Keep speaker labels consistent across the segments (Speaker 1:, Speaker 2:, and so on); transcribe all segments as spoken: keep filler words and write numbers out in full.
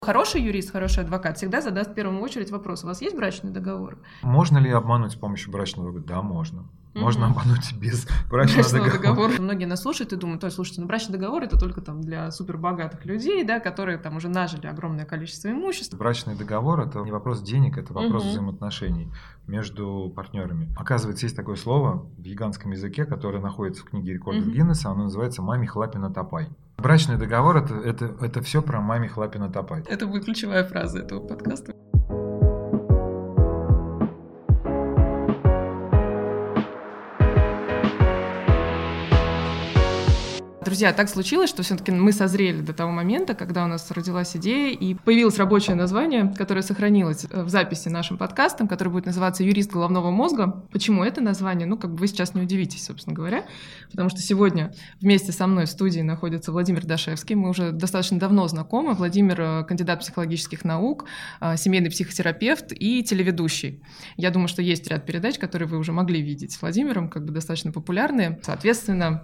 Speaker 1: Хороший юрист, хороший адвокат всегда задаст в первую очередь вопрос: у вас есть брачный договор?
Speaker 2: Можно ли обмануть с помощью брачного договора? Да, можно. Можно угу. обмануть без брачного, брачного договора.
Speaker 1: договора. Многие нас слушают и думают: ой, слушайте, ну брачный договор — это только там для супербогатых людей, да, которые там уже нажили огромное количество имущества.
Speaker 2: Брачный договор — это не вопрос денег, это вопрос угу. взаимоотношений между партнерами. Оказывается, есть такое слово в гигантском языке, которое находится в книге рекордов угу. Гиннесса, оно называется «Мами Хлапина Топай». Брачный договор это, — это, это все про Мами Хлапина Топай.
Speaker 1: Это будет ключевая фраза этого подкаста. Друзья, так случилось, что все-таки мы созрели до того момента, когда у нас родилась идея и появилось рабочее название, которое сохранилось в записи нашим подкастом, который будет называться «Юрист головного мозга». Почему это название? Ну, как бы вы сейчас не удивитесь, собственно говоря, потому что сегодня вместе со мной в студии находится Владимир Дашевский. Мы уже достаточно давно знакомы. Владимир — кандидат психологических наук, семейный психотерапевт и телеведущий. Я думаю, что есть ряд передач, которые вы уже могли видеть с Владимиром, как бы достаточно популярные. Соответственно,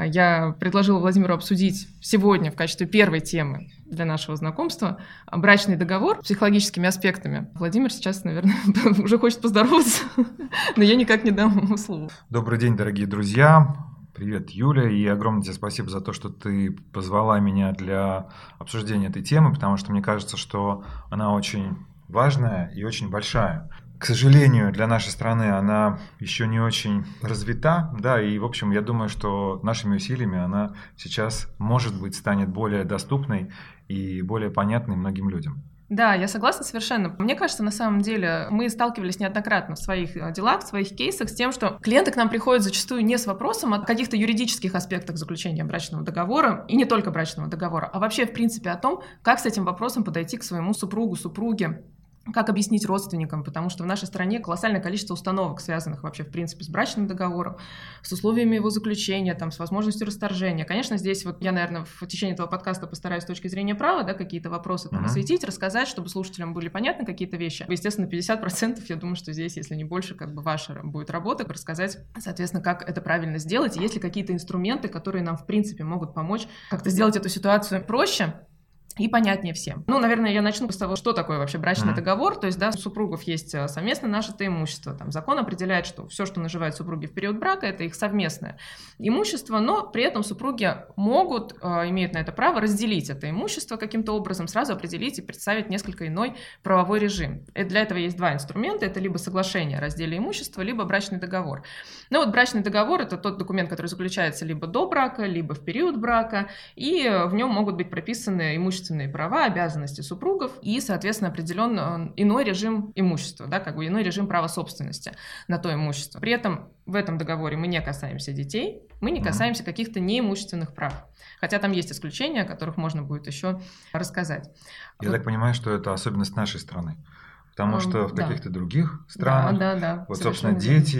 Speaker 1: я предложила Владимиру обсудить сегодня в качестве первой темы для нашего знакомства брачный договор с психологическими аспектами. Владимир сейчас, наверное, уже хочет поздороваться, но я никак не дам ему слово.
Speaker 2: Добрый день, дорогие друзья. Привет, Юля, и огромное тебе спасибо за то, что ты позвала меня для обсуждения этой темы, потому что мне кажется, что она очень важная и очень большая. К сожалению, для нашей страны она еще не очень развита, да, и, в общем, я думаю, что нашими усилиями она сейчас, может быть, станет более доступной и более понятной многим людям.
Speaker 1: Да, я согласна совершенно. Мне кажется, на самом деле мы сталкивались неоднократно в своих делах, в своих кейсах с тем, что клиенты к нам приходят зачастую не с вопросом о каких-то юридических аспектах заключения брачного договора, и не только брачного договора, а вообще, в принципе, о том, как с этим вопросом подойти к своему супругу, супруге, как объяснить родственникам, потому что в нашей стране колоссальное количество установок, связанных вообще, в принципе, с брачным договором, с условиями его заключения, там, с возможностью расторжения. Конечно, здесь вот я, наверное, в течение этого подкаста постараюсь с точки зрения права, да, какие-то вопросы там, uh-huh. осветить, рассказать, чтобы слушателям были понятны какие-то вещи. Естественно, пятьдесят процентов, я думаю, что здесь, если не больше, как бы ваша будет работа, рассказать, соответственно, как это правильно сделать, и есть ли какие-то инструменты, которые нам, в принципе, могут помочь как-то сделать эту ситуацию проще и понятнее всем. Ну, наверное, я начну с того, что такое вообще брачный mm-hmm. договор. То есть, да, у супругов есть совместно нажитое имущество. Там закон определяет, что все, что наживают супруги в период брака, это их совместное имущество, но при этом супруги могут, э, имеют на это право разделить это имущество каким-то образом, сразу определить и представить несколько иной правовой режим. И для этого есть два инструмента. Это либо соглашение о разделе имущества, либо брачный договор. Ну, вот брачный договор — это тот документ, который заключается либо до брака, либо в период брака, и в нем могут быть прописаны имущественные права, обязанности супругов и, соответственно, определен иной режим имущества, да, как бы иной режим права собственности на то имущество. При этом в этом договоре мы не касаемся детей, мы не касаемся каких-то неимущественных прав. Хотя там есть исключения, о которых можно будет еще рассказать.
Speaker 2: Я вот. так понимаю, что это особенность нашей страны. Потому что в каких-то да. других странах,
Speaker 1: да, да, да,
Speaker 2: вот, собственно, дети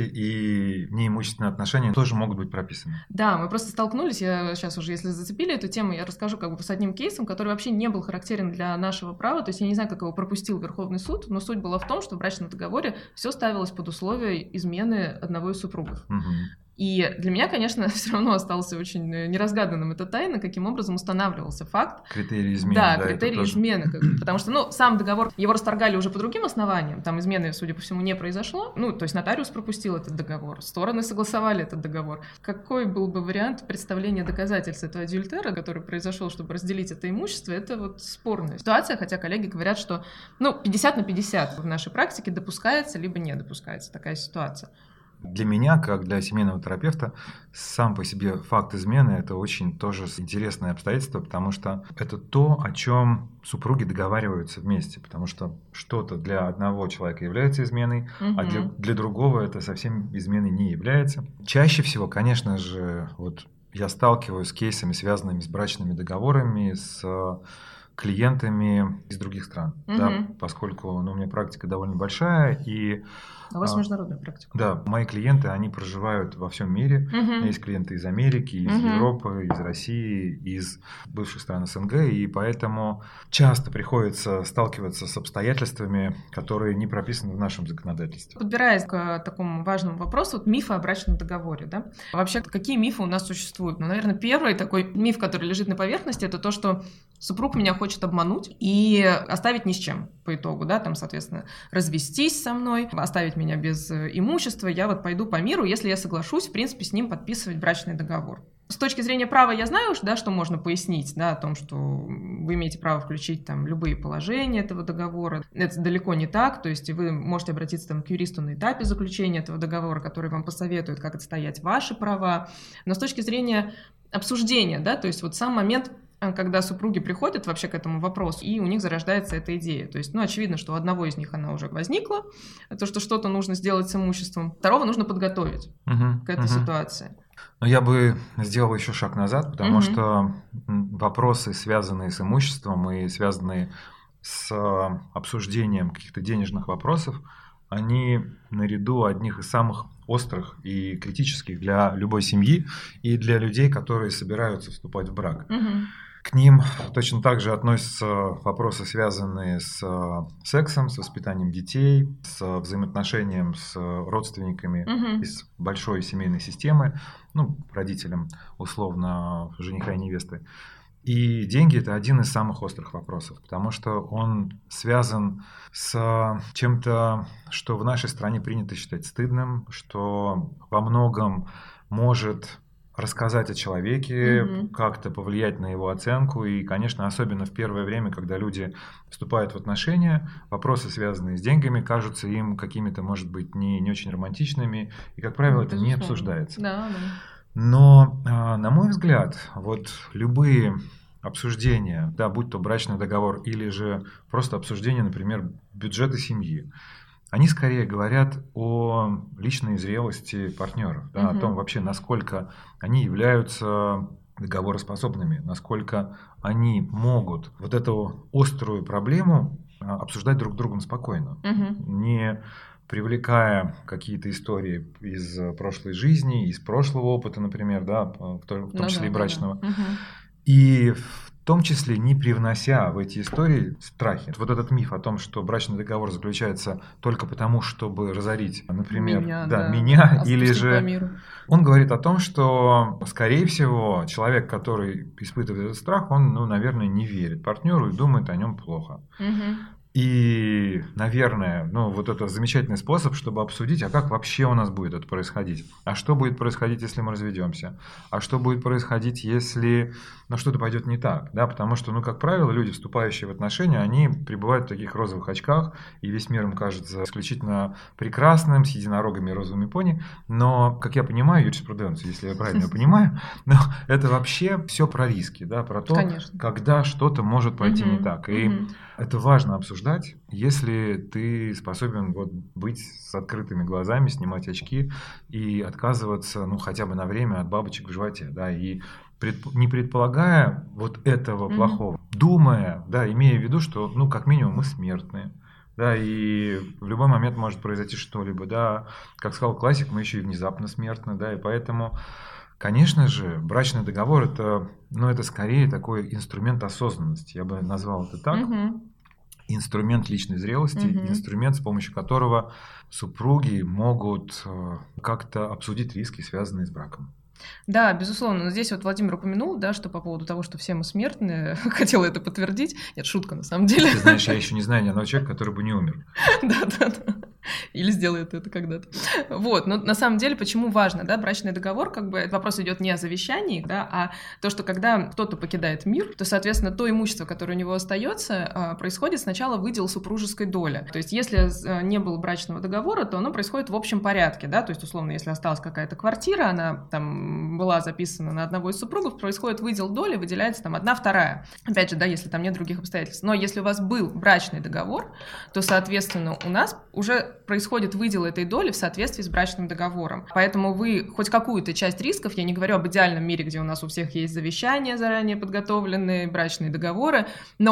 Speaker 2: и неимущественные отношения тоже могут быть прописаны.
Speaker 1: Да, мы просто столкнулись, я сейчас уже, если зацепили эту тему, я расскажу как бы с одним кейсом, который вообще не был характерен для нашего права, то есть я не знаю, как его пропустил Верховный суд, но суть была в том, что в брачном договоре все ставилось под условие измены одного из супругов. Угу. И для меня, конечно, все равно остался очень неразгаданным эта тайна, каким образом устанавливался факт.
Speaker 2: Критерии измены.
Speaker 1: Да, да критерии измены. Как, потому что, ну, сам договор, его расторгали уже по другим основаниям, там измены, судя по всему, не произошло. Ну, то есть нотариус пропустил этот договор, стороны согласовали этот договор. Какой был бы вариант представления доказательств этого адюльтера, который произошел, чтобы разделить это имущество, это вот спорная ситуация, хотя коллеги говорят, что, ну, пятьдесят на пятьдесят в нашей практике допускается, либо не допускается такая ситуация.
Speaker 2: Для меня, как для семейного терапевта, сам по себе факт измены – это очень тоже интересное обстоятельство, потому что это то, о чем супруги договариваются вместе, потому что что-то для одного человека является изменой, угу. а для, для другого это совсем изменой не является. Чаще всего, конечно же, вот я сталкиваюсь с кейсами, связанными с брачными договорами, с клиентами из других стран, угу. да, поскольку ну, у меня практика довольно большая, и
Speaker 1: у вас а, международная практика.
Speaker 2: Да, мои клиенты, они проживают во всем мире. Uh-huh. У меня есть клиенты из Америки, из uh-huh. Европы, из России, из бывших стран СНГ, и поэтому часто приходится сталкиваться с обстоятельствами, которые не прописаны в нашем законодательстве.
Speaker 1: Подбираясь к такому важному вопросу, вот мифы о брачном договоре, да? Вообще, какие мифы у нас существуют? Ну, наверное, первый такой миф, который лежит на поверхности, это то, что супруг меня хочет обмануть и оставить ни с чем по итогу, да, там, соответственно, развестись со мной, оставить меня без имущества, я вот пойду по миру, если я соглашусь, в принципе, с ним подписывать брачный договор. С точки зрения права я знаю, да, что можно пояснить, да, о том, что вы имеете право включить там любые положения этого договора. Это далеко не так, то есть вы можете обратиться там, к юристу на этапе заключения этого договора, который вам посоветует, как отстоять ваши права. Но с точки зрения обсуждения, да, то есть вот сам момент, когда супруги приходят вообще к этому вопросу, и у них зарождается эта идея. То есть, ну, очевидно, что у одного из них она уже возникла, то, что что-то нужно сделать с имуществом, второго нужно подготовить
Speaker 2: угу,
Speaker 1: к этой
Speaker 2: угу.
Speaker 1: ситуации.
Speaker 2: Но я бы сделал еще шаг назад, потому
Speaker 1: Угу.
Speaker 2: что вопросы, связанные с имуществом и связанные с обсуждением каких-то денежных вопросов, они наряду одних из самых острых и критических для любой семьи и для людей, которые собираются вступать в брак.
Speaker 1: Угу.
Speaker 2: К ним точно так же относятся вопросы, связанные с сексом, с воспитанием детей, с взаимоотношением с родственниками
Speaker 1: Угу.
Speaker 2: из большой семейной системы, ну, родителям, условно, жениха и невесты. И деньги – это один из самых острых вопросов, потому что он связан с чем-то, что в нашей стране принято считать стыдным, что во многом может рассказать о человеке,
Speaker 1: Мгм.
Speaker 2: как-то повлиять на его оценку. И, конечно, особенно в первое время, когда люди вступают в отношения, вопросы, связанные с деньгами, кажутся им какими-то, может быть, не, не очень романтичными. И, как правило, это не
Speaker 1: Безусловно.
Speaker 2: обсуждается.
Speaker 1: Да, да.
Speaker 2: Но, на мой взгляд, вот любые обсуждения, да, будь то брачный договор или же просто обсуждение, например, бюджета семьи, они скорее говорят о личной зрелости партнеров, да,
Speaker 1: Мгм.
Speaker 2: о том вообще, насколько они являются договороспособными, насколько они могут вот эту острую проблему а, обсуждать друг с другом спокойно,
Speaker 1: Мгм.
Speaker 2: не привлекая какие-то истории из прошлой жизни, из прошлого опыта, например, да, в том
Speaker 1: Ну
Speaker 2: числе
Speaker 1: да,
Speaker 2: и
Speaker 1: да,
Speaker 2: брачного.
Speaker 1: да. Мгм.
Speaker 2: И в том числе не привнося в эти истории страхи. Вот этот миф о том, что брачный договор заключается только потому, чтобы разорить, например,
Speaker 1: Меня,
Speaker 2: да,
Speaker 1: да,
Speaker 2: меня, или
Speaker 1: отпустить по
Speaker 2: же
Speaker 1: миру.
Speaker 2: он говорит о том, что, скорее всего, человек, который испытывает этот страх, он, ну, наверное, не верит партнеру и думает о нем плохо.
Speaker 1: Мгм.
Speaker 2: И, наверное, ну, вот это замечательный способ, чтобы обсудить, а как вообще у нас будет это происходить? А что будет происходить, если мы разведемся? А что будет происходить, если, ну, что-то пойдет не так? Да? Потому что, ну, как правило, люди, вступающие в отношения, они пребывают в таких розовых очках, и весь мир им кажется исключительно прекрасным, с единорогами и розовыми пони. Но, как я понимаю, юриспруденцию, если я правильно понимаю, но это вообще все про риски, да, про то,
Speaker 1: Конечно.
Speaker 2: когда что-то может пойти не
Speaker 1: Мгм.
Speaker 2: так. И
Speaker 1: Мгм.
Speaker 2: это важно обсуждать, если ты способен вот быть с открытыми глазами, снимать очки и отказываться, ну, хотя бы на время от бабочек в животе, да, и предп- не предполагая вот этого
Speaker 1: Мгм.
Speaker 2: плохого, думая, да, имея в виду, что, ну, как минимум мы смертные, да, и в любой момент может произойти что-либо, да, как сказал классик, мы еще и внезапно смертны, да, и поэтому, конечно же, брачный договор это, ну, это скорее такой инструмент осознанности, я бы назвал это так.
Speaker 1: Мгм.
Speaker 2: Инструмент личной зрелости,
Speaker 1: Мгм.
Speaker 2: инструмент, с помощью которого супруги могут э, как-то обсудить риски, связанные с браком.
Speaker 1: Да, безусловно. Но здесь вот Владимир упомянул, да, что по поводу того, что все мы смертные, хотела это подтвердить. Нет, шутка на самом деле.
Speaker 2: Ты знаешь, я еще не знаю ни одного человека, который бы не умер.
Speaker 1: Да, да, да. Или сделает это когда-то. Вот, но на самом деле, почему важно, да, брачный договор, как бы вопрос идет не о завещании, да, а то, что когда кто-то покидает мир, то, соответственно, то имущество, которое у него остается, происходит сначала выдел супружеской доли. То есть, если не было брачного договора, то оно происходит в общем порядке, да, то есть, условно, если осталась какая-то квартира, она там была записана на одного из супругов, происходит выдел доли, выделяется там одна вторая. Опять же, да, если там нет других обстоятельств. Но если у вас был брачный договор, то, соответственно, у нас уже происходит выдел этой доли в соответствии с брачным договором. Поэтому вы хоть какую-то часть рисков, я не говорю об идеальном мире, где у нас у всех есть завещания заранее подготовленные, брачные договоры, но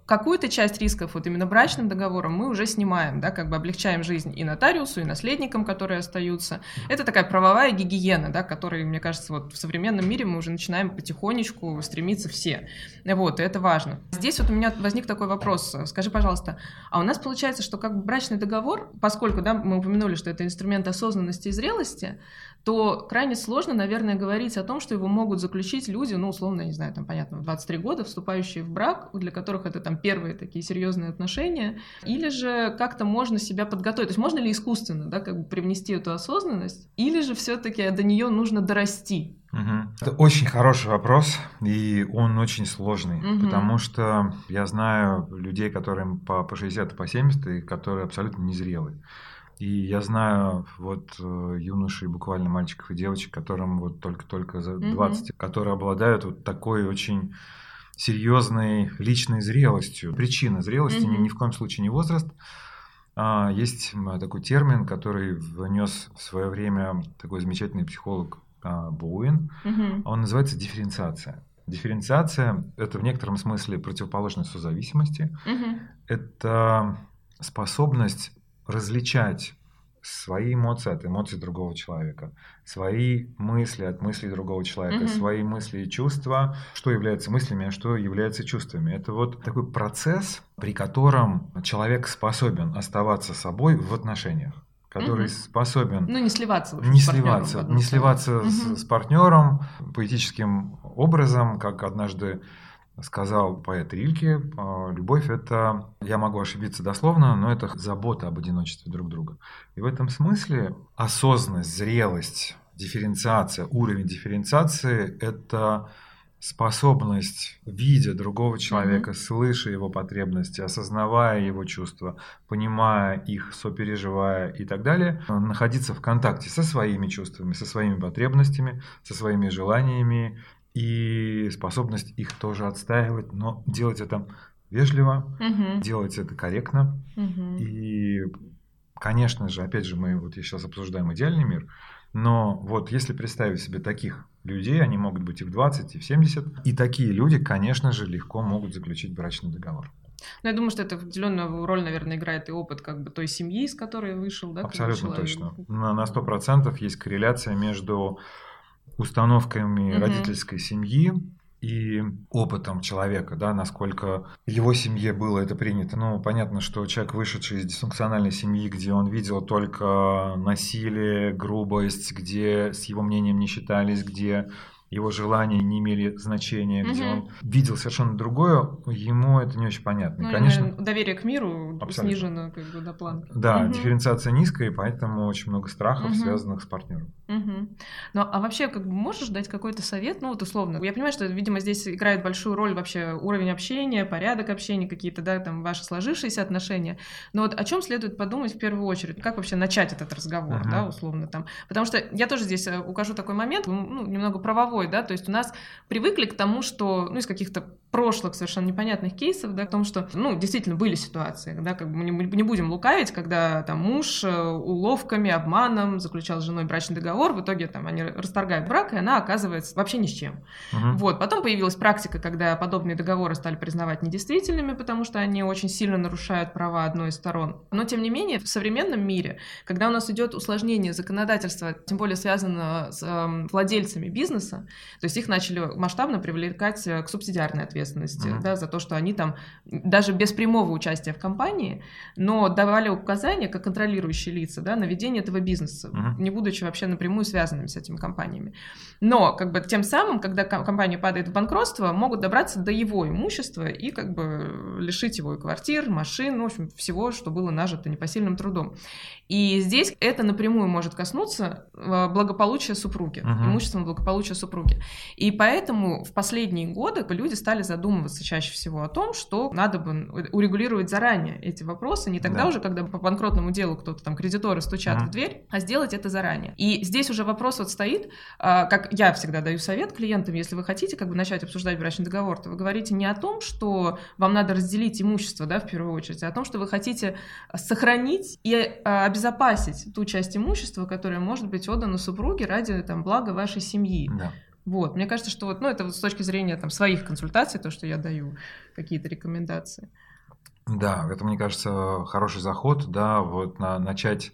Speaker 1: какую-то часть рисков вот именно брачным договором мы уже снимаем, да, как бы облегчаем жизнь и нотариусу, и наследникам, которые остаются. Это такая правовая гигиена, да, которой, мне кажется, вот в современном мире мы уже начинаем потихонечку стремиться все. Вот, и это важно. Здесь вот у меня возник такой вопрос. Скажи, пожалуйста, а у нас получается, что как бы брачный договор, поскольку, да, мы упомянули, что это инструмент осознанности и зрелости, то крайне сложно, наверное, говорить о том, что его могут заключить люди, ну, условно, не знаю, там, понятно, в двадцать три года, вступающие в брак, для которых это там первые такие серьезные отношения, или же как-то можно себя подготовить, то есть можно ли искусственно, да, как бы привнести эту осознанность, или же все-таки до нее нужно дорасти?
Speaker 2: Угу. Это очень хороший вопрос, и он очень сложный, угу. потому что я знаю людей, которым по, по шестьдесят, по семьдесят, и которые абсолютно незрелые. И я знаю вот юношей, буквально мальчиков и девочек, которым вот только-только за двадцать, mm-hmm. которые обладают вот такой очень серьезной личной зрелостью. Причина зрелости mm-hmm. ни, ни в коем случае не возраст. А, есть такой термин, который внес в свое время такой замечательный психолог а, Боуэн. Mm-hmm. Он называется дифференциация. Дифференциация – это в некотором смысле противоположность созависимости. Mm-hmm. Это способность различать свои эмоции от эмоций другого человека, свои мысли от мыслей другого человека, mm-hmm. свои мысли и чувства, что является мыслями, а что является чувствами. Это вот такой процесс, при котором человек способен оставаться собой в отношениях, который mm-hmm. способен
Speaker 1: ну, не сливаться,
Speaker 2: общем, не сливаться, не сливаться mm-hmm. с, с партнером поэтическим образом, как однажды сказал поэт Рильке, любовь – это, я могу ошибиться дословно, но это забота об одиночестве друг друга. И в этом смысле осознанность, зрелость, дифференциация, уровень дифференциации – это способность, видя другого человека, mm-hmm. слыша его потребности, осознавая его чувства, понимая их, сопереживая и так далее, находиться в контакте со своими чувствами, со своими потребностями, со своими желаниями, и способность их тоже отстаивать, но делать это вежливо, угу. делать это корректно. Угу. И, конечно же, опять же, мы вот сейчас обсуждаем идеальный мир, но вот если представить себе таких людей, они могут быть и в двадцать, и в семьдесят, и такие люди, конечно же, легко могут заключить брачный договор.
Speaker 1: Ну, я думаю, что это определенную роль, наверное, играет и опыт как бы той семьи, из которой вышел, да?
Speaker 2: Абсолютно точно. На сто процентов есть корреляция между установками mm-hmm. родительской семьи и опытом человека, да, насколько в его семье было это принято. Ну, понятно, что человек, вышедший из дисфункциональной семьи, где он видел только насилие, грубость, где с его мнением не считались, где его желания не имели значения, угу. где он видел совершенно другое, ему это не очень понятно.
Speaker 1: Ну,
Speaker 2: и, конечно,
Speaker 1: доверие к миру абсолютно. Снижено как бы до планки.
Speaker 2: Да,
Speaker 1: угу.
Speaker 2: дифференциация низкая, и поэтому очень много страхов,
Speaker 1: угу.
Speaker 2: связанных с партнером.
Speaker 1: Угу. Ну, а вообще, как бы можешь дать какой-то совет, ну, вот условно, я понимаю, что, видимо, здесь играет большую роль вообще уровень общения, порядок общения, какие-то, да, там, ваши сложившиеся отношения, но вот о чем следует подумать в первую очередь, как вообще начать этот разговор, угу. да, условно, там, потому что я тоже здесь укажу такой момент, ну, немного правовой, да, то есть у нас привыкли к тому, что, ну, из каких-то прошлых совершенно непонятных кейсов, да, о том, что, ну, действительно были ситуации, да, как бы мы не, не будем лукавить, когда там муж уловками, обманом заключал с женой брачный договор, в итоге там они расторгают брак, и она оказывается вообще ни с чем. Uh-huh. Вот, потом появилась практика, когда подобные договоры стали признавать недействительными, потому что они очень сильно нарушают права одной из сторон. Но, тем не менее, в современном мире, когда у нас идет усложнение законодательства, тем более связано с э, владельцами бизнеса, то есть их начали масштабно привлекать к субсидиарной ответственности, uh-huh. да, за то, что они там даже без прямого участия в компании, но давали указания как контролирующие лица, да, на ведение этого бизнеса, uh-huh. не будучи вообще напрямую связанными с этими компаниями. Но как бы тем самым, когда компания падает в банкротство, могут добраться до его имущества и как бы лишить его и квартир, машин, ну, в общем, всего, что было нажито непосильным трудом. И здесь это напрямую может коснуться благополучия супруги, uh-huh. имущественного благополучия супруги. И поэтому в последние годы люди стали задумываться чаще всего о том, что надо бы урегулировать заранее эти вопросы, не тогда да. уже, когда по банкротному делу кто-то там, кредиторы стучат uh-huh. в дверь, а сделать это заранее. И здесь уже вопрос вот стоит, как я всегда даю совет клиентам, если вы хотите как бы начать обсуждать брачный договор, то вы говорите не о том, что вам надо разделить имущество, да, в первую очередь, а о том, что вы хотите сохранить и обезопасить ту часть имущества, которая может быть отдана супруге ради там, блага вашей семьи.
Speaker 2: Да.
Speaker 1: Вот, мне кажется, что вот, ну, это вот с точки зрения там своих консультаций, то, что я даю, какие-то рекомендации.
Speaker 2: Да, это, мне кажется, хороший заход, да, вот на, начать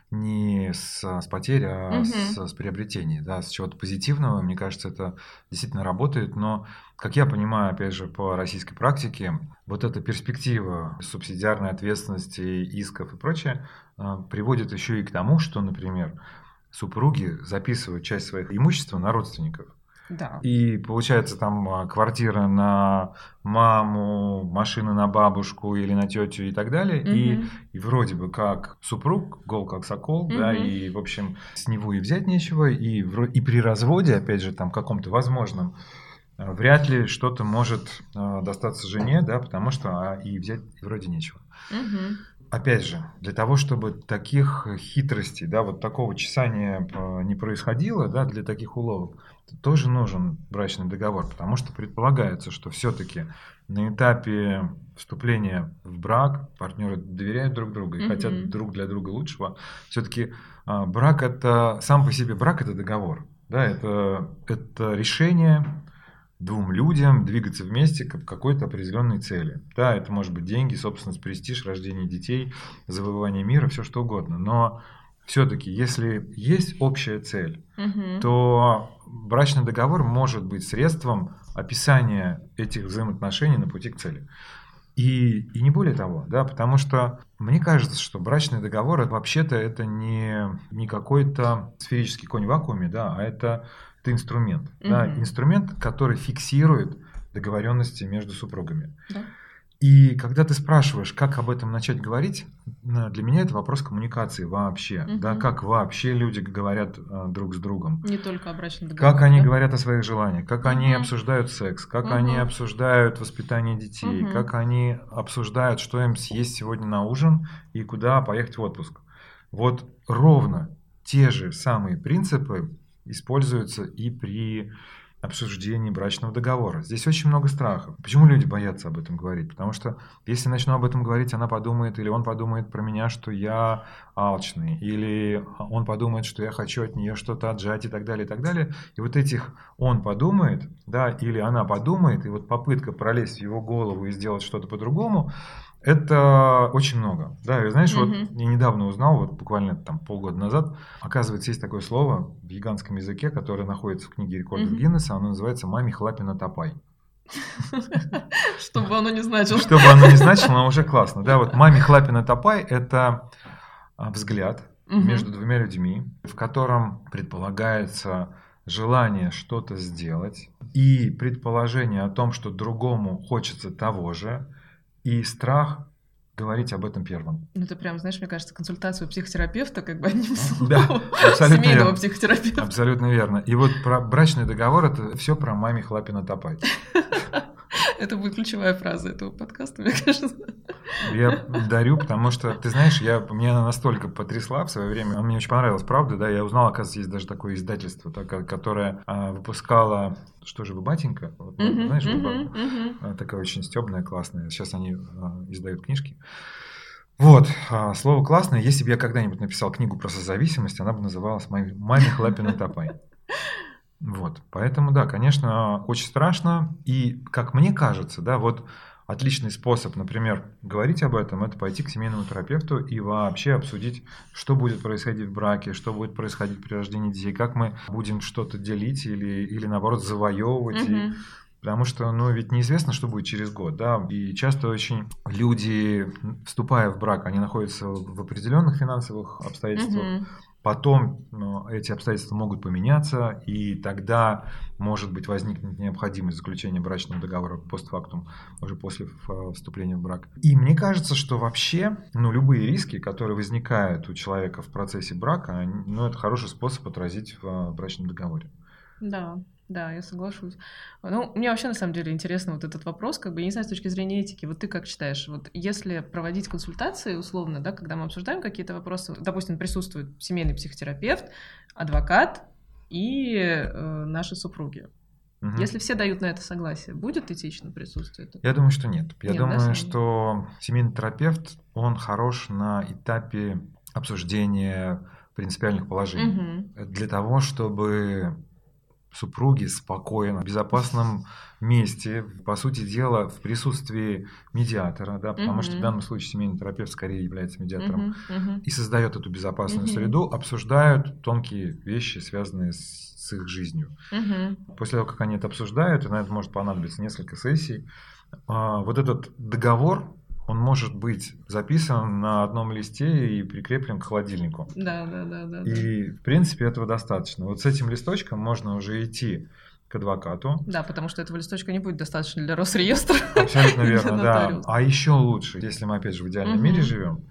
Speaker 2: не с, с потери, а
Speaker 1: Угу.
Speaker 2: с, с приобретения, да, с чего-то позитивного. Мне кажется, это действительно работает, но, как я понимаю, опять же, по российской практике, вот эта перспектива субсидиарной ответственности, исков и прочее а, приводит еще и к тому, что, например, супруги записывают часть своих имущества на родственников.
Speaker 1: Да.
Speaker 2: И получается там квартира на маму, машина на бабушку или на тетю и так далее.
Speaker 1: Угу.
Speaker 2: И, и вроде бы как супруг, гол как сокол,
Speaker 1: угу.
Speaker 2: да, и в общем с него и взять нечего. И, и при разводе, опять же, там каком-то возможном, вряд ли что-то может достаться жене, да, потому что а, и взять вроде нечего.
Speaker 1: Угу.
Speaker 2: Опять же, для того, чтобы таких хитростей, да, вот такого чесания не происходило, да, для таких уловок, тоже нужен брачный договор, потому что предполагается, что все-таки на этапе вступления в брак партнеры доверяют друг другу и mm-hmm. хотят друг для друга лучшего. Все-таки а, брак это сам по себе брак это договор, да, это это решение двум людям двигаться вместе к какой-то определенной цели. Да, это может быть деньги, собственность, престиж, рождение детей, завоевание мира, все что угодно. Но все-таки, если есть общая цель, угу. то брачный договор может быть средством описания этих взаимоотношений на пути к цели. И, и не более того, да, потому что мне кажется, что брачный договор это, вообще-то это не, не какой-то сферический конь в вакууме, да, а это, это инструмент. Mm-hmm. Да, инструмент, который фиксирует договоренности между супругами. Yeah. И когда ты спрашиваешь, как об этом начать говорить, для меня это вопрос коммуникации вообще. Mm-hmm. Да, как вообще люди говорят а, друг с другом.
Speaker 1: Не только о брачном договоре.
Speaker 2: Как они
Speaker 1: да?
Speaker 2: говорят о своих желаниях, как mm-hmm. они обсуждают секс, как mm-hmm. они обсуждают воспитание детей, mm-hmm. как они обсуждают, что им съесть сегодня на ужин и куда поехать в отпуск. Вот ровно те же самые принципы используются и при обсуждении брачного договора. Здесь очень много страхов. Почему люди боятся об этом говорить? Потому что если начну об этом говорить, она подумает, или он подумает про меня, что я алчный, или он подумает, что я хочу от нее что-то отжать и так далее, и так далее. И вот этих он подумает, да, или она подумает, и вот попытка пролезть в его голову и сделать что-то по-другому, это очень много. Да, и знаешь, mm-hmm. вот я недавно узнал, вот буквально там полгода назад, оказывается, есть такое слово в гигантском языке, которое находится в книге рекордов mm-hmm. Гиннесса, оно называется «Мами хлапина топай».
Speaker 1: Что бы оно ни значило.
Speaker 2: Что бы оно ни значило, но уже классно. Да, вот «Мами хлапина топай» — это взгляд между двумя людьми, в котором предполагается желание что-то сделать и предположение о том, что другому хочется того же, и страх говорить об этом первым.
Speaker 1: Ну, это прям, знаешь, мне кажется, консультацию психотерапевта как бы одним словом.
Speaker 2: Да, абсолютно
Speaker 1: Семейного
Speaker 2: верно.
Speaker 1: психотерапевта.
Speaker 2: Абсолютно верно. И вот про брачный договор — это все про маме хлапина топай.
Speaker 1: Это будет ключевая фраза этого подкаста, мне кажется.
Speaker 2: Я дарю, потому что, ты знаешь, я, меня она настолько потрясла в свое время, мне очень понравилась, правда, да, я узнал, оказывается, есть даже такое издательство, так, которое а, выпускало «Что же вы, батенька?» Вот, uh-huh, знаешь, uh-huh, uh-huh. такая очень стёбная, классная, сейчас они а, издают книжки. Вот, а, слово классное, если бы я когда-нибудь написал книгу про созависимость, она бы называлась «Маме хлапина топай». Вот, поэтому, да, конечно, очень страшно, и, как мне кажется, да, вот отличный способ, например, говорить об этом, это пойти к семейному терапевту и вообще обсудить, что будет происходить в браке, что будет происходить при рождении детей, как мы будем что-то делить или, или наоборот, завоевывать. Mm-hmm. И, потому что, ну, ведь неизвестно, что будет через год, да, и часто очень люди, вступая в брак, они находятся в определенных финансовых обстоятельствах, mm-hmm. Потом ну, эти обстоятельства могут поменяться, и тогда, может быть, возникнет необходимость заключения брачного договора постфактум, уже после вступления в брак. И мне кажется, что вообще ну, любые риски, которые возникают у человека в процессе брака, они, ну, это хороший способ отразить в брачном договоре.
Speaker 1: Да. Да, я соглашусь. Ну, мне вообще, на самом деле, интересно вот этот вопрос, как бы, я не знаю, с точки зрения этики, вот ты как считаешь, вот если проводить консультации, условно, да, когда мы обсуждаем какие-то вопросы, допустим, присутствует семейный психотерапевт, адвокат и э, наши супруги. Угу. Если все дают на это согласие, будет этично присутствие?
Speaker 2: Я думаю, что нет. Я нет, думаю, да, что семейный терапевт, он хорош на этапе обсуждения принципиальных положений. Угу. Для того, чтобы супруги спокойно, в безопасном месте, по сути дела, в присутствии медиатора, да, потому
Speaker 1: Мгм.
Speaker 2: что в данном случае семейный терапевт скорее является медиатором,
Speaker 1: Мгм. Мгм.
Speaker 2: и создает эту безопасную
Speaker 1: Мгм.
Speaker 2: среду, обсуждают тонкие вещи, связанные с, с их жизнью.
Speaker 1: Мгм.
Speaker 2: После того, как они это обсуждают, и на это может понадобиться несколько сессий, а, вот этот договор, он может быть записан на одном листе и прикреплен к холодильнику.
Speaker 1: Да, да, да, да, да.
Speaker 2: И, в принципе, этого достаточно. Вот с этим листочком можно уже идти к адвокату.
Speaker 1: Да, потому что этого листочка не будет достаточно для Росреестра.
Speaker 2: Абсолютно
Speaker 1: и для
Speaker 2: верно, да.
Speaker 1: нотариуса.
Speaker 2: А еще лучше, если мы, опять же, в идеальном
Speaker 1: Мгм.
Speaker 2: мире живем,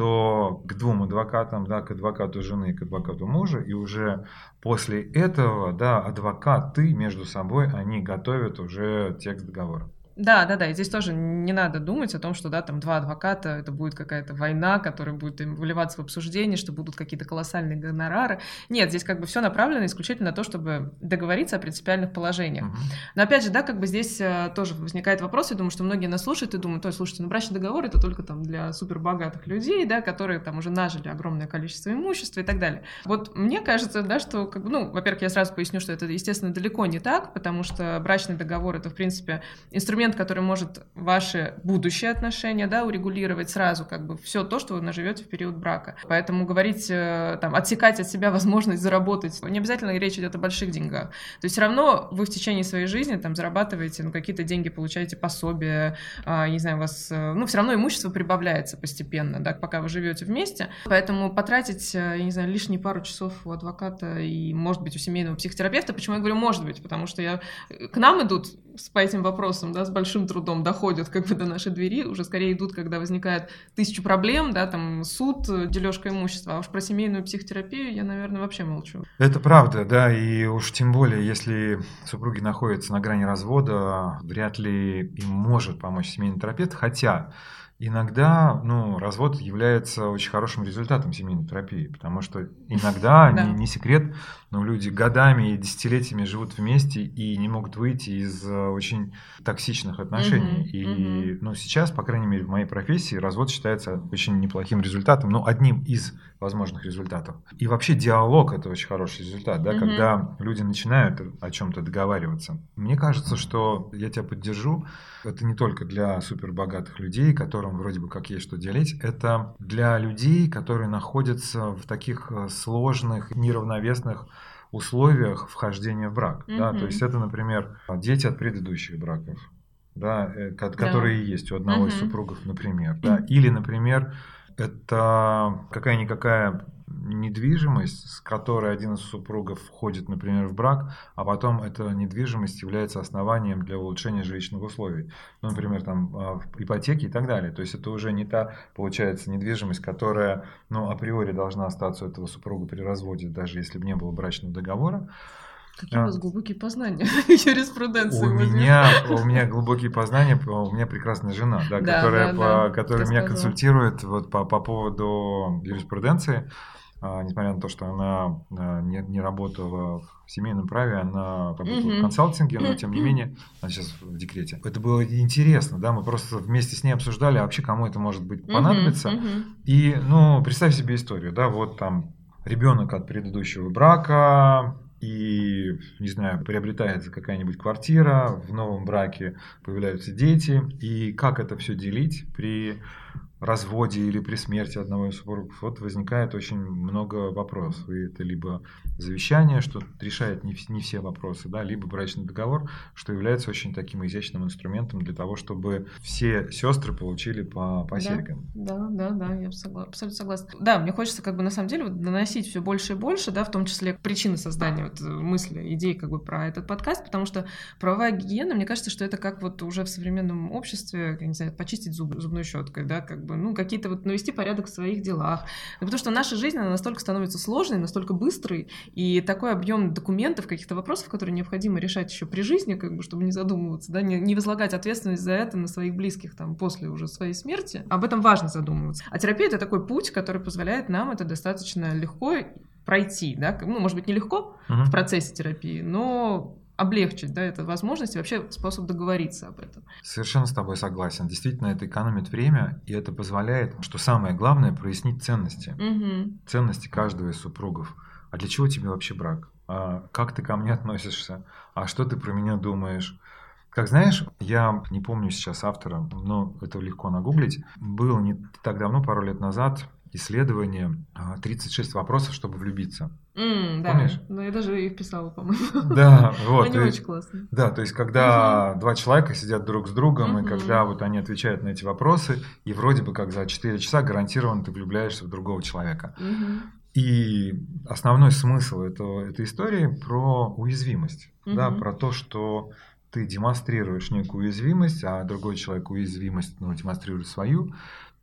Speaker 2: то к двум адвокатам, да, к адвокату жены и к адвокату мужа, и уже после этого, да, адвокаты между собой, они готовят уже текст договора.
Speaker 1: Да, да, да, и здесь тоже не надо думать о том, что, да, там два адвоката, это будет какая-то война, которая будет им выливаться в обсуждение, что будут какие-то колоссальные гонорары. Нет, здесь как бы все направлено исключительно на то, чтобы договориться о принципиальных положениях.
Speaker 2: Мгм.
Speaker 1: Но опять же, да, как бы здесь э, тоже возникает вопрос, я думаю, что многие нас слушают и думают, ой, слушайте, ну брачный договор это только там для супербогатых людей, да, которые там уже нажили огромное количество имущества и так далее. Вот мне кажется, да, что, как бы, ну, во-первых, я сразу поясню, что это, естественно, далеко не так, потому что брачный договор это, в принципе, инструмент, который может ваши будущие отношения, да, урегулировать сразу, как бы, все то, что вы наживете в период брака. Поэтому говорить, э, там, отсекать от себя возможность заработать, не обязательно речь идет о больших деньгах. То есть все равно вы в течение своей жизни там зарабатываете, ну, какие-то деньги получаете, пособия, э, не знаю, у вас, э, ну, все равно имущество прибавляется постепенно, да, пока вы живете вместе. Поэтому потратить, э, я не знаю, лишние пару часов у адвоката и, может быть, у семейного психотерапевта, почему я говорю «может быть», потому что я... к нам идут с, по этим вопросам, да, с большим трудом доходят как бы до нашей двери, уже скорее идут, когда возникает тысячу проблем, да, там суд, дележка имущества, а уж про семейную психотерапию я, наверное, вообще молчу.
Speaker 2: Это правда, да, и уж тем более, если супруги находятся на грани развода, вряд ли им может помочь семейный терапевт, хотя иногда, ну, развод является очень хорошим результатом семейной терапии, потому что иногда,
Speaker 1: Да.
Speaker 2: не, не секрет, но люди годами и десятилетиями живут вместе и не могут выйти из э, очень токсичных отношений.
Speaker 1: Мгм,
Speaker 2: И, ну, сейчас, по крайней мере, в моей профессии развод считается очень неплохим результатом, ну, одним из возможных результатов. И вообще диалог – это очень хороший результат, да,
Speaker 1: Мгм.
Speaker 2: когда люди начинают о чем-то договариваться. Мне кажется, что я тебя поддержу. Это не только для супербогатых людей, которым вроде бы как есть что делить. Это для людей, которые находятся в таких э, сложных, неравновесных условиях вхождения в брак. Да? То
Speaker 1: Мгм.
Speaker 2: есть это, например, дети от предыдущих браков, да, э, ко-
Speaker 1: Да.
Speaker 2: которые есть у одного из
Speaker 1: Мгм.
Speaker 2: супругов, например. Да? Или, например, это какая-никакая недвижимость, с которой один из супругов входит, например, в брак, а потом эта недвижимость является основанием для улучшения жилищных условий. Ну, например, там а, ипотеки и так далее. То есть это уже не та, получается, недвижимость, которая, ну, априори должна остаться у этого супруга при разводе, даже если бы не было брачного договора.
Speaker 1: Какие у
Speaker 2: А,
Speaker 1: вас глубокие познания юриспруденции.
Speaker 2: У
Speaker 1: возьми.
Speaker 2: меня, у меня глубокие познания, у меня прекрасная жена, да,
Speaker 1: Да,
Speaker 2: которая,
Speaker 1: да,
Speaker 2: по-
Speaker 1: да,
Speaker 2: которая
Speaker 1: ты
Speaker 2: меня
Speaker 1: сказал.
Speaker 2: консультирует вот по, по поводу юриспруденции. А, несмотря на то, что она а, не, не работала в семейном праве, она работала в
Speaker 1: Мгм.
Speaker 2: консалтинге, но тем не менее, она сейчас в декрете. Это было интересно, да, мы просто вместе с ней обсуждали, а вообще кому это может быть
Speaker 1: Мгм,
Speaker 2: понадобится.
Speaker 1: мгм.
Speaker 2: И, ну, представь себе историю, да, вот там ребенок от предыдущего брака, и, не знаю, приобретается какая-нибудь квартира, в новом браке появляются дети, и как это все делить при разводе или при смерти одного из супругов, вот возникает очень много вопросов. И это либо завещание, что решает не, не все вопросы, да, либо брачный договор, что является очень таким изящным инструментом для того, чтобы все сестры получили по, по
Speaker 1: Да,
Speaker 2: серьгам.
Speaker 1: да, да, да, я согла- абсолютно согласна. Да, мне хочется как бы на самом деле вот доносить все больше и больше, да, в том числе причины создания вот мысли, идей как бы про этот подкаст, потому что правовая гигиена, мне кажется, что это как вот уже в современном обществе, я не знаю, почистить зубы зубной щеткой, да, как бы, ну, какие-то вот навести порядок в своих делах. Ну, потому что наша жизнь, она настолько становится сложной, настолько быстрой, и такой объем документов, каких-то вопросов, которые необходимо решать еще при жизни, как бы, чтобы не задумываться, да, не, не возлагать ответственность за это на своих близких там после уже своей смерти. Об этом важно задумываться. А терапия — это такой путь, который позволяет нам это достаточно легко пройти, да, ну, может быть, нелегко
Speaker 2: Мгм.
Speaker 1: в процессе терапии, но облегчить, да, это возможность и вообще способ договориться об этом.
Speaker 2: Совершенно с тобой согласен. Действительно, это экономит время, и это позволяет, что самое главное, прояснить ценности.
Speaker 1: Мгм.
Speaker 2: Ценности каждого из супругов. А для чего тебе вообще брак? а как ты ко мне относишься, а что ты про меня думаешь. Как знаешь, я не помню сейчас автора, но это легко нагуглить. Было не так давно, пару лет назад, исследование тридцать шесть вопросов, чтобы влюбиться.
Speaker 1: Mm,
Speaker 2: Помнишь?
Speaker 1: Да, но я даже их писала, по-моему.
Speaker 2: Да, вот.
Speaker 1: Они очень классные.
Speaker 2: Да, то есть когда uh-huh. два человека сидят друг с другом, uh-huh. и когда вот они отвечают на эти вопросы, и вроде бы как за четыре часа гарантированно ты влюбляешься в другого человека.
Speaker 1: Uh-huh.
Speaker 2: И основной смысл этого, этой истории про уязвимость, uh-huh. да, про то, что ты демонстрируешь некую уязвимость, а другой человек уязвимость, ну, демонстрирует свою,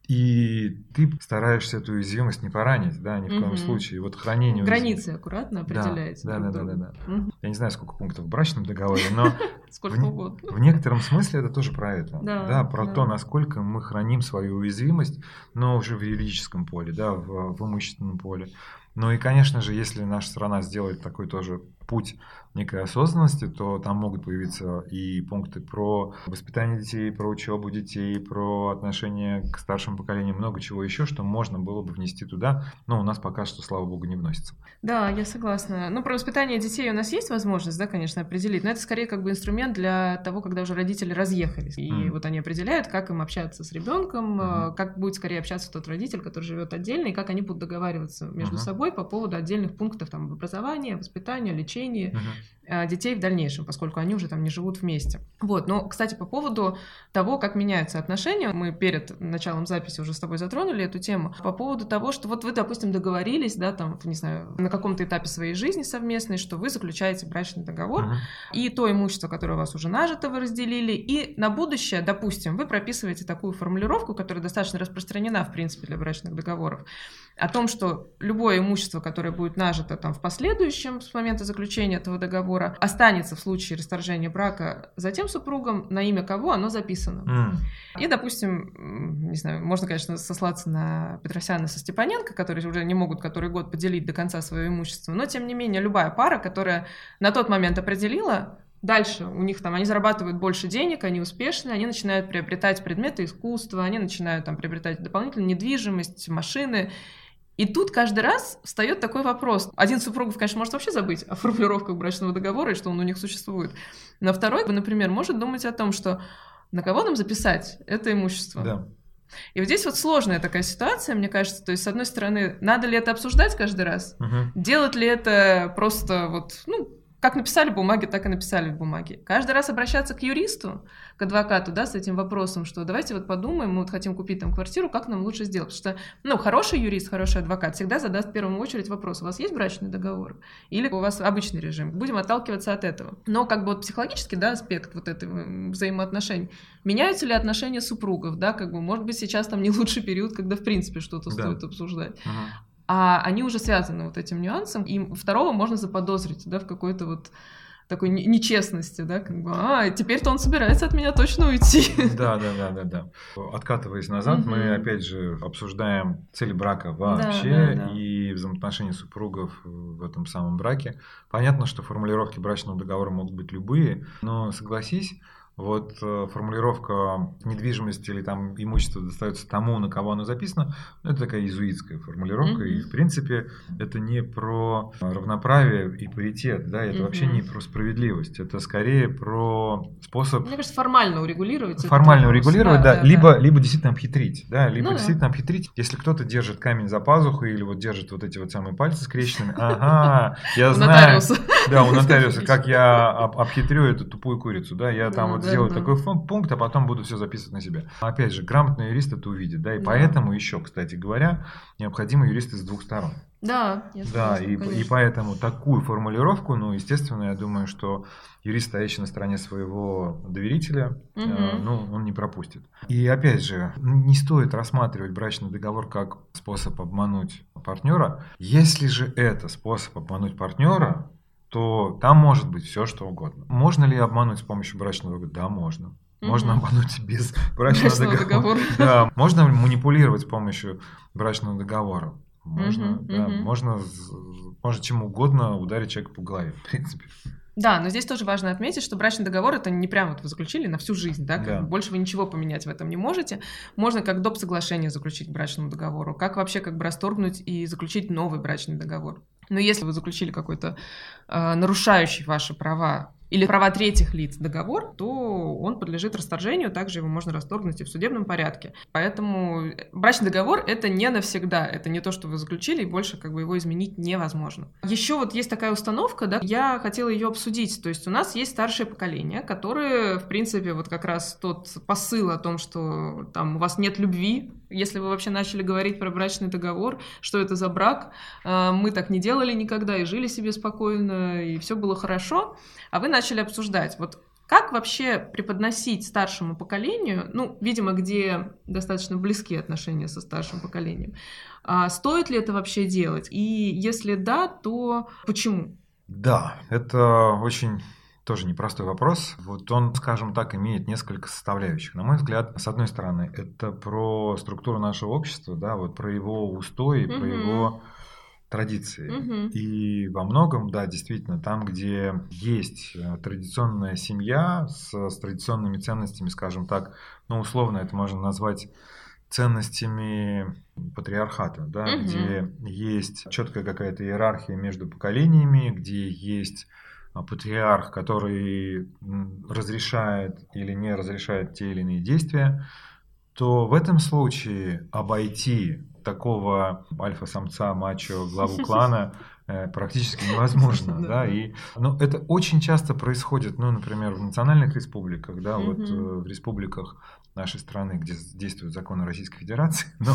Speaker 2: и ты стараешься эту уязвимость не поранить, да, ни в коем
Speaker 1: угу.
Speaker 2: случае. Вот хранение
Speaker 1: границы аккуратно определяете.
Speaker 2: Да, да, да, да, да.
Speaker 1: Угу.
Speaker 2: Я не знаю, сколько пунктов в брачном договоре, но
Speaker 1: сколько угодно.
Speaker 2: В некотором смысле это тоже про это,
Speaker 1: да,
Speaker 2: да, про
Speaker 1: да.
Speaker 2: то, насколько мы храним свою уязвимость, но уже в юридическом поле, да, в, в имущественном поле. Ну и, конечно же, если наша страна сделает такой тоже путь некой осознанности, то там могут появиться и пункты про воспитание детей, про учебу детей, про отношение к старшему поколению, много чего еще, что можно было бы внести туда, но у нас пока что, слава богу, не вносится.
Speaker 1: Да, я согласна. Ну, про воспитание детей у нас есть возможность, да, конечно, определить, но это скорее как бы инструмент для того, когда уже родители разъехались, и mm. вот они определяют, как им общаться с ребенком, mm-hmm. как будет скорее общаться тот родитель, который живет отдельно, и как они будут договариваться между mm-hmm. собой по поводу отдельных пунктов там образования, воспитания, лечения mm-hmm. детей в дальнейшем, поскольку они уже там не живут вместе. Вот, но, кстати, по поводу того, как меняются отношения, мы перед началом записи уже с тобой затронули эту тему, по поводу того, что вот вы, допустим, договорились, да, там, не знаю, на каком-то этапе своей жизни совместной, что вы заключаете брачный договор, uh-huh. и то имущество, которое у вас уже нажито, вы разделили, и на будущее, допустим, вы прописываете такую формулировку, которая достаточно распространена, в принципе, для брачных договоров, о том, что любое имущество, которое будет нажито там в последующем с момента заключения этого договора, останется в случае расторжения брака за тем супругом, на имя кого оно записано. Mm. И, допустим, не знаю, можно, конечно, сослаться на Петросяна со Степаненко, которые уже не могут который год поделить до конца свое имущество, но, тем не менее, любая пара, которая на тот момент определила, дальше у них там, они зарабатывают больше денег, они успешны, они начинают приобретать предметы искусства, они начинают там приобретать дополнительную недвижимость, машины. И тут каждый раз встает такой вопрос. Один супругов, конечно, может вообще забыть о формулировках брачного договора и что он у них существует. Но второй, например, может думать о том, что на кого нам записать это имущество.
Speaker 2: Да.
Speaker 1: И вот здесь вот сложная такая ситуация, мне кажется. То есть, с одной стороны, надо ли это обсуждать каждый раз? Угу. Делать ли это просто вот, ну, как написали в бумаге, так и написали в бумаге. Каждый раз обращаться к юристу, к адвокату, да, с этим вопросом, что давайте вот подумаем, мы вот хотим купить там квартиру, как нам лучше сделать. Потому что, ну, хороший юрист, хороший адвокат всегда задаст в первую очередь вопрос, у вас есть брачный договор? Или у вас обычный режим? Будем отталкиваться от этого. Но как бы вот психологический, да, аспект вот этого взаимоотношений. Меняются ли отношения супругов, да, как бы, может быть, сейчас там не лучший период, когда в принципе что-то да. стоит обсуждать. Uh-huh. А они уже связаны вот этим нюансом, и второго можно заподозрить, да, в какой-то вот такой нечестности, да, как бы, а, теперь-то он собирается от меня точно уйти.
Speaker 2: Да, да, да, да, да. Откатываясь назад, угу. мы опять же обсуждаем цель брака вообще да, да, да. и взаимоотношения супругов в этом самом браке. Понятно, что формулировки брачного договора могут быть любые, но согласись, вот э, формулировка недвижимости или там имущество достается тому, на кого оно записано, ну, это такая иезуитская формулировка, mm-hmm. и в принципе это не про равноправие и паритет, да, это mm-hmm. вообще не про справедливость, это скорее про способ...
Speaker 1: Мне кажется, формально урегулировать.
Speaker 2: Формально урегулировать, да, да, да, либо, да. либо действительно обхитрить, да, либо
Speaker 1: ну,
Speaker 2: действительно да. обхитрить, если кто-то держит камень за пазухой или вот держит вот эти вот самые пальцы скрещенными, ага, я знаю, да, у нотариуса, как я обхитрю эту тупую курицу, да, я там вот сделать да. такой пункт, а потом буду все записывать на себя. Опять же, грамотный юрист это увидит, да, и да. поэтому еще, кстати говоря, необходимы юристы с двух сторон.
Speaker 1: Да, я
Speaker 2: да,
Speaker 1: согласна,
Speaker 2: и, и поэтому такую формулировку, ну, естественно, я думаю, что юрист, стоящий на стороне своего доверителя, угу. э, ну, он не пропустит. И опять же, не стоит рассматривать брачный договор как способ обмануть партнера. Если же это способ обмануть партнера, то там может быть все, что угодно. Можно ли обмануть с помощью брачного договора? Да, можно. Можно mm-hmm. обмануть без брачного, брачного договора. договора. Да, можно манипулировать с помощью брачного договора. Можно, mm-hmm. да, mm-hmm. можно, можно чем угодно ударить человека по голове, в принципе.
Speaker 1: Да, но здесь тоже важно отметить, что брачный договор это не прям вот вы заключили на всю жизнь, да, как да. больше вы ничего поменять в этом не можете. Можно как доп. Соглашение заключить к брачному договору, как вообще как бы расторгнуть и заключить новый брачный договор. Но если вы заключили какой-то э, нарушающий ваши права или права третьих лиц договор, то он подлежит расторжению, также его можно расторгнуть и в судебном порядке. Поэтому брачный договор — это не навсегда, это не то, что вы заключили, и больше как бы его изменить невозможно. Еще вот есть такая установка, да, я хотела ее обсудить, то есть у нас есть старшее поколение, которое, в принципе, вот как раз тот посыл о том, что там у вас нет любви, если вы вообще начали говорить про брачный договор, что это за брак, мы так не делали никогда и жили себе спокойно, и все было хорошо, а вы начали обсуждать, вот как вообще преподносить старшему поколению, ну, видимо, где достаточно близкие отношения со старшим поколением, а стоит ли это вообще делать, и если да, то почему?
Speaker 2: Да, это очень... Тоже непростой вопрос. Вот он, скажем так, имеет несколько составляющих. На мой взгляд, с одной стороны, это про структуру нашего общества, да, вот про его устои, угу. про его традиции. Угу. И во многом, да, действительно, там, где есть традиционная семья с, с традиционными ценностями, скажем так, ну, условно это можно назвать ценностями патриархата, да, угу. где есть четкая какая-то иерархия между поколениями, где есть патриарх, который разрешает или не разрешает те или иные действия, то в этом случае обойти такого альфа-самца, мачо, главу клана практически невозможно. Да? И, ну, это очень часто происходит, ну, например, в национальных республиках, да, вот в республиках нашей страны, где действуют законы Российской Федерации, но,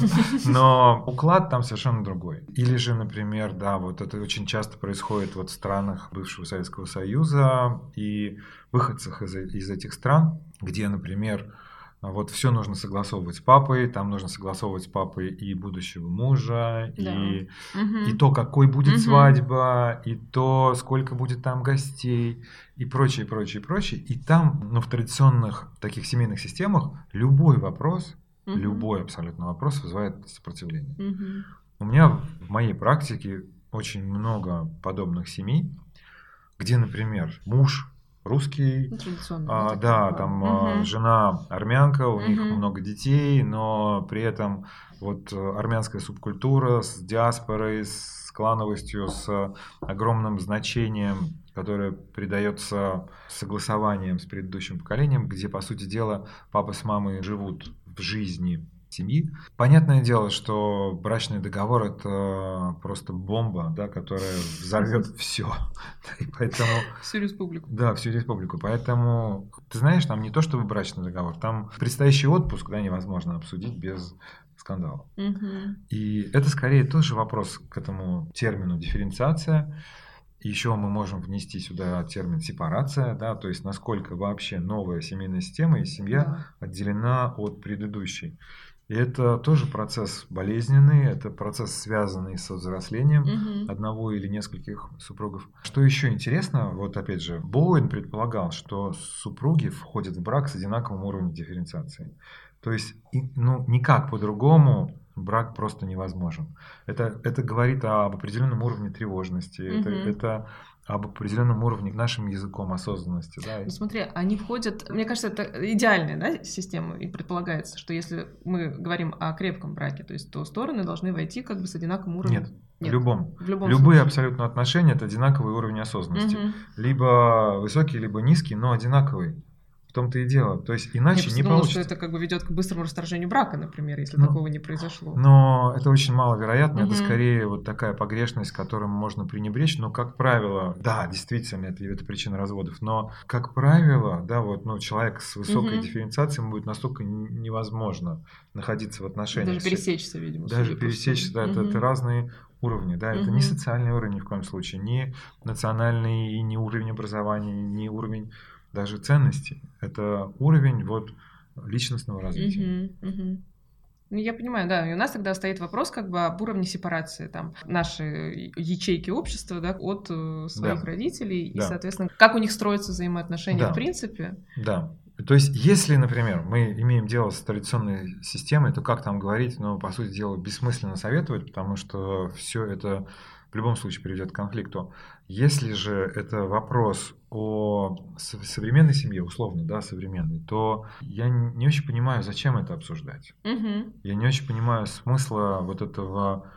Speaker 2: но уклад там совершенно другой. Или же, например, да, вот это очень часто происходит вот в странах бывшего Советского Союза и выходцах из, из этих стран, где, например, вот все нужно согласовывать с папой, там нужно согласовывать с папой и будущего мужа, да. и, угу. и то, какой будет угу. свадьба, и то, сколько будет там гостей, и прочее, прочее, прочее. И там, ну, в традиционных таких семейных системах любой вопрос, угу. любой абсолютно вопрос вызывает сопротивление. Угу. У меня в моей практике очень много подобных семей, где, например, муж русский, а, да, там угу. жена армянка, у угу. них много детей, но при этом вот армянская субкультура с диаспорой, с клановостью, с огромным значением, которое придается согласованием с предыдущим поколением, где, по сути дела, папа с мамой живут в жизни семьи. Понятное дело, что брачный договор — это просто бомба, да, которая взорвет все. И поэтому...
Speaker 1: Всю республику.
Speaker 2: Да, всю республику. Поэтому, ты знаешь, там не то чтобы брачный договор, там предстоящий отпуск, да, невозможно обсудить без скандала. Угу. И это скорее тоже вопрос к этому термину дифференциация. Еще мы можем внести сюда термин сепарация, да, то есть насколько вообще новая семейная система и семья да. отделена от предыдущей. И это тоже процесс болезненный, это процесс, связанный со взрослением угу. одного или нескольких супругов. Что еще интересно, вот опять же, Боуэн предполагал, что супруги входят в брак с одинаковым уровнем дифференциации. То есть, ну, никак по-другому брак просто невозможен. Это, это говорит об определенном уровне тревожности, угу. это, это об определенном уровне нашим языком осознанности. Да?
Speaker 1: Ну, смотри, они входят... Мне кажется, это идеальная, да, система, и предполагается, что если мы говорим о крепком браке, то есть то стороны должны войти как бы с одинаковым уровнем.
Speaker 2: Нет, Нет. в любом.
Speaker 1: В любом
Speaker 2: Любые
Speaker 1: случае.
Speaker 2: абсолютно отношения — это одинаковый уровень осознанности.
Speaker 1: Угу.
Speaker 2: Либо высокий, либо низкий, но одинаковый. В том-то и дело. То есть иначе
Speaker 1: Я
Speaker 2: не
Speaker 1: думала,
Speaker 2: получится.
Speaker 1: Что это как бы ведет к быстрому расторжению брака, например, если
Speaker 2: ну,
Speaker 1: такого не произошло.
Speaker 2: Но это очень маловероятно. Угу. Это скорее вот такая погрешность, которой можно пренебречь. Но, как правило, да, действительно, это, это причина разводов. Но, как правило, да, вот, ну, человек с высокой угу. дифференциацией будет настолько невозможно находиться в отношениях.
Speaker 1: Даже пересечься, видимо.
Speaker 2: Даже пересечься, да, угу. это, это разные уровни. Да, угу. Это не социальный уровень ни в коем случае, не национальный, не уровень образования, не уровень даже ценностей. Это уровень вот личностного развития.
Speaker 1: Угу, угу. Ну, я понимаю, да. И у нас тогда стоит вопрос как бы об уровне сепарации там, нашей ячейки общества, да, от э, своих да. родителей. Да. И, соответственно, как у них строятся взаимоотношения да. в принципе.
Speaker 2: Да. То есть, если, например, мы имеем дело с традиционной системой, то как там говорить, ну, по сути дела, бессмысленно советовать, потому что все это в любом случае приведет к конфликту. Если же это вопрос о современной семье, условно, да, современной, то я не очень понимаю, зачем это обсуждать. Угу. Я не очень понимаю смысла вот этого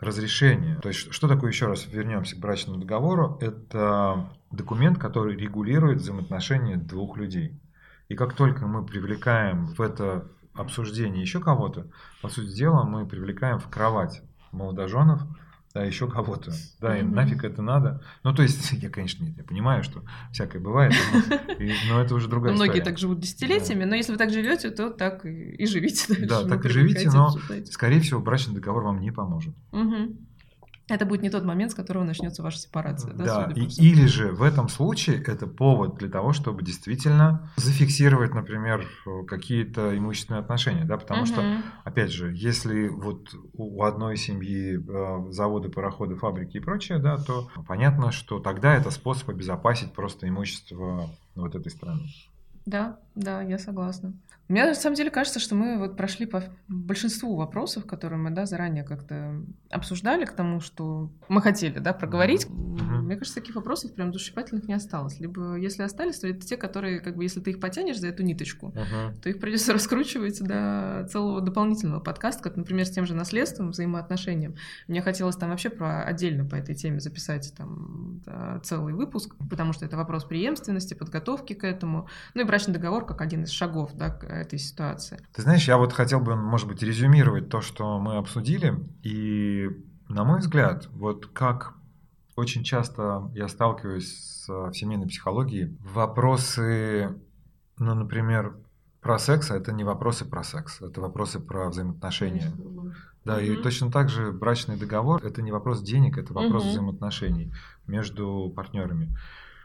Speaker 2: разрешение. То есть, что такое, еще раз вернемся к брачному договору? Это документ, который регулирует взаимоотношения двух людей. И как только мы привлекаем в это обсуждение еще кого-то, по сути дела, мы привлекаем в кровать молодоженов, да, еще кого-то. Да, и mm-hmm. нафиг это надо. Ну, то есть, я, конечно, нет, я понимаю, что всякое бывает, но, и, но это уже другая
Speaker 1: Многие
Speaker 2: история.
Speaker 1: так живут десятилетиями, да. Но если вы так живете, то так и, и живите дальше.
Speaker 2: Да, так и живите, но, скорее всего, брачный договор вам не поможет.
Speaker 1: Угу. Это будет не тот момент, с которого начнется ваша сепарация. Да,
Speaker 2: да и, или же в этом случае это повод для того, чтобы действительно зафиксировать, например, какие-то имущественные отношения. Да? Потому угу. что, опять же, если вот у одной семьи заводы, пароходы, фабрики и прочее, да, то понятно, что тогда это способ обезопасить просто имущество вот этой страны.
Speaker 1: Да, да, я согласна. Мне на самом деле кажется, что мы вот прошли по большинству вопросов, которые мы, да, заранее как-то обсуждали к тому, что мы хотели, да, проговорить. Uh-huh. Мне кажется, таких вопросов прям душесчипательных не осталось. Либо если остались, то это те, которые, как бы, если ты их потянешь за эту ниточку, uh-huh. то их придется раскручивать до целого дополнительного подкаста, как, например, с тем же наследством, взаимоотношениям. Мне хотелось там вообще про отдельно по этой теме записать там да, целый выпуск, потому что это вопрос преемственности, подготовки к этому, ну и брачный договор как один из шагов, да, этой ситуации.
Speaker 2: Ты знаешь, я вот хотел бы, может быть, резюмировать то, что мы обсудили. И, на мой взгляд, вот как очень часто я сталкиваюсь с семейной психологией, вопросы, ну, например, про секс, это не вопросы про секс, это вопросы про взаимоотношения. Да, mm-hmm. и точно так же брачный договор – это не вопрос денег, это вопрос mm-hmm. взаимоотношений между партнерами.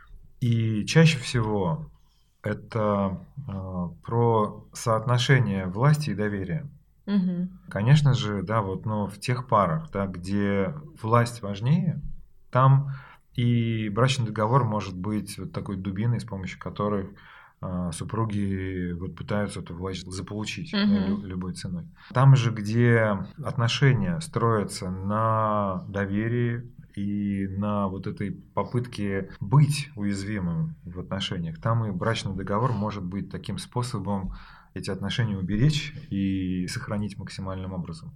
Speaker 2: И чаще всего это э, про соотношение власти и доверия.
Speaker 1: Угу.
Speaker 2: Конечно же, да, вот, но в тех парах, да, где власть важнее, там и брачный договор может быть вот такой дубиной, с помощью которой э, супруги вот пытаются эту власть заполучить угу. да, лю- любой ценой. Там же, где отношения строятся на доверии, и на вот этой попытке быть уязвимым в отношениях, там и брачный договор может быть таким способом эти отношения уберечь и сохранить максимальным образом.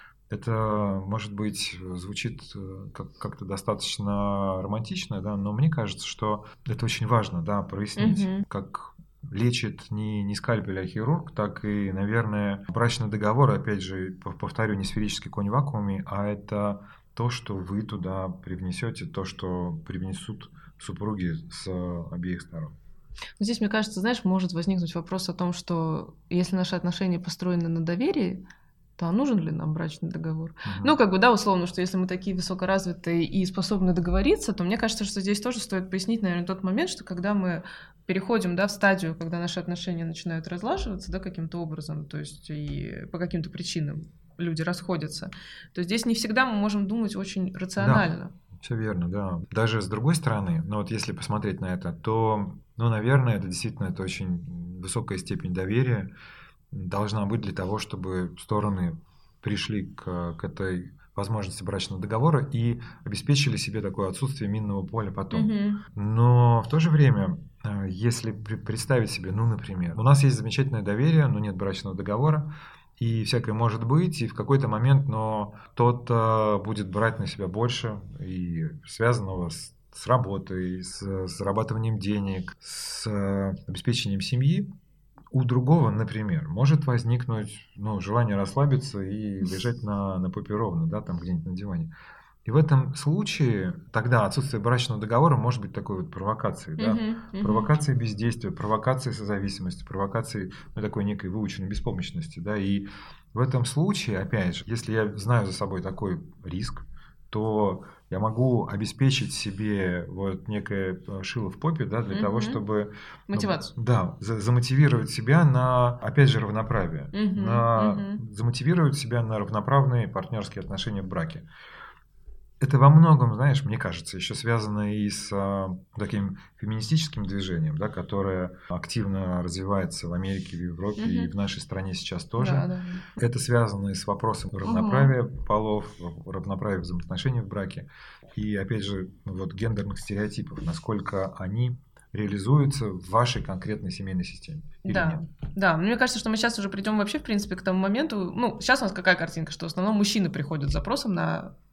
Speaker 2: Это, может быть, звучит как- как-то достаточно романтично, да, но мне кажется, что это очень важно, да, прояснить,
Speaker 1: угу.
Speaker 2: как лечит не, не скальпель, а хирург, так и, наверное, брачный договор, опять же, повторю, не сферический конь в вакууме, а это то, что вы туда привнесете, то, что привнесут супруги с обеих сторон.
Speaker 1: Здесь, мне кажется, знаешь, может возникнуть вопрос о том, что если наши отношения построены на доверии, то а нужен ли нам брачный договор? Угу. Ну, как бы, да, условно, что если мы такие высокоразвитые и способны договориться, то мне кажется, что здесь тоже стоит пояснить, наверное, тот момент, что когда мы переходим, да, в стадию, когда наши отношения начинают разлаживаться, да, каким-то образом, то есть и по каким-то причинам люди расходятся, то здесь не всегда мы можем думать очень рационально.
Speaker 2: Да, все верно, да. Даже с другой стороны, ну вот если посмотреть на это, то, ну, наверное, это действительно это очень высокая степень доверия должна быть для того, чтобы стороны пришли к, к этой возможности брачного договора и обеспечили себе такое отсутствие минного поля потом.
Speaker 1: Угу.
Speaker 2: Но в то же время, если представить себе, ну, например, у нас есть замечательное доверие, но нет брачного договора, и всякое может быть, и в какой-то момент, но кто-то будет брать на себя больше, и связанного с, с работой, с, с зарабатыванием денег, с обеспечением семьи. У другого, например, может возникнуть, ну, желание расслабиться и лежать на, на попе ровно, да, там где-нибудь на диване. И в этом случае тогда отсутствие брачного договора может быть такой вот провокацией, да?
Speaker 1: Uh-huh, uh-huh.
Speaker 2: Провокацией бездействия, провокацией созависимости, провокацией, ну, такой некой выученной беспомощности, да? И в этом случае, опять же, если я знаю за собой такой риск, то я могу обеспечить себе вот некое шило в попе, да, для uh-huh. того, чтобы
Speaker 1: мотивацию.
Speaker 2: Ну, да, за- замотивировать себя на, опять же, равноправие,
Speaker 1: uh-huh,
Speaker 2: на,
Speaker 1: uh-huh.
Speaker 2: замотивировать себя на равноправные партнерские отношения в браке. Это во многом, знаешь, мне кажется, еще связано и с а, таким феминистическим движением, да, которое активно развивается в Америке, в Европе mm-hmm. и в нашей стране сейчас тоже.
Speaker 1: Да, да.
Speaker 2: Это связано и с вопросом равноправия uh-huh. полов, равноправия взаимоотношений в браке. И, опять же, вот гендерных стереотипов, насколько они реализуются в вашей конкретной семейной системе. Или
Speaker 1: да,
Speaker 2: нет?
Speaker 1: Да. Мне кажется, что мы сейчас уже придем вообще, в принципе, к тому моменту. Ну, сейчас у нас какая картинка, что в основном мужчины приходят с запросом на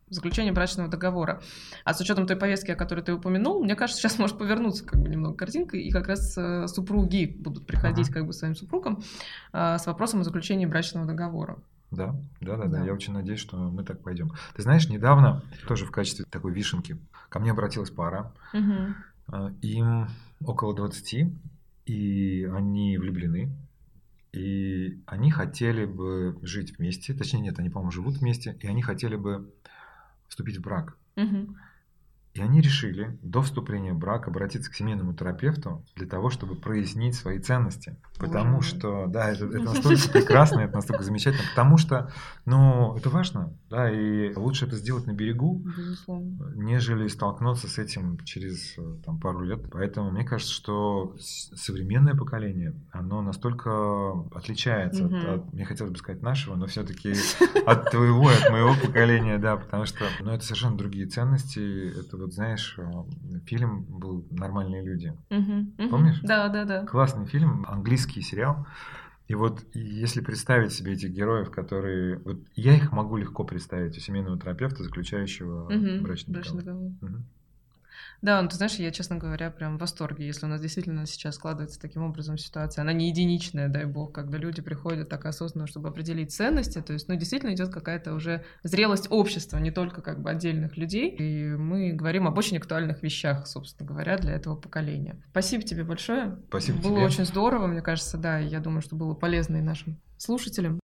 Speaker 1: заключения брачного договора. А с учетом той повестки, о которой ты упомянул, мне кажется, сейчас может повернуться как бы немного картинка, и как раз супруги будут приходить uh-huh. как бы своим супругам с вопросом о заключении брачного договора.
Speaker 2: Да, да, да, да. Я очень надеюсь, что мы так пойдем. Ты знаешь, недавно тоже в качестве такой вишенки ко мне обратилась пара. Угу. Им около двадцати, и они влюблены. И они хотели бы жить вместе. Точнее, нет, они, по-моему, живут вместе. И они хотели бы вступить в брак. Угу. И они решили до вступления в брак обратиться к семейному терапевту для того, чтобы прояснить свои ценности. Потому Боже что, да, это, это настолько прекрасно, это настолько замечательно, потому что, ну, это важно, да, и лучше это сделать на берегу, безусловно, нежели столкнуться с этим через там, пару лет. Поэтому мне кажется, что современное поколение, оно настолько отличается от, от, мне хотелось бы сказать, нашего, но все-таки от твоего, от моего поколения, да, потому что, ну, это совершенно другие ценности, это вот, знаешь, фильм был «Нормальные люди». Uh-huh, uh-huh. Помнишь?
Speaker 1: Да, да, да.
Speaker 2: Классный фильм, английский сериал. И вот если представить себе этих героев, которые... Вот я их могу легко представить у семейного терапевта, заключающего uh-huh. брачный договор. договор. Uh-huh.
Speaker 1: Да, ну ты знаешь, я, честно говоря, прям в восторге, если у нас действительно сейчас складывается таким образом ситуация. Она не единичная, дай бог, когда люди приходят так осознанно, чтобы определить ценности. То есть, ну, действительно идет какая-то уже зрелость общества, не только как бы отдельных людей. И мы говорим об очень актуальных вещах, собственно говоря, для этого поколения. Спасибо тебе большое.
Speaker 2: Спасибо
Speaker 1: было
Speaker 2: тебе.
Speaker 1: Очень здорово, мне кажется, да, и я думаю, что было полезно и нашим слушателям.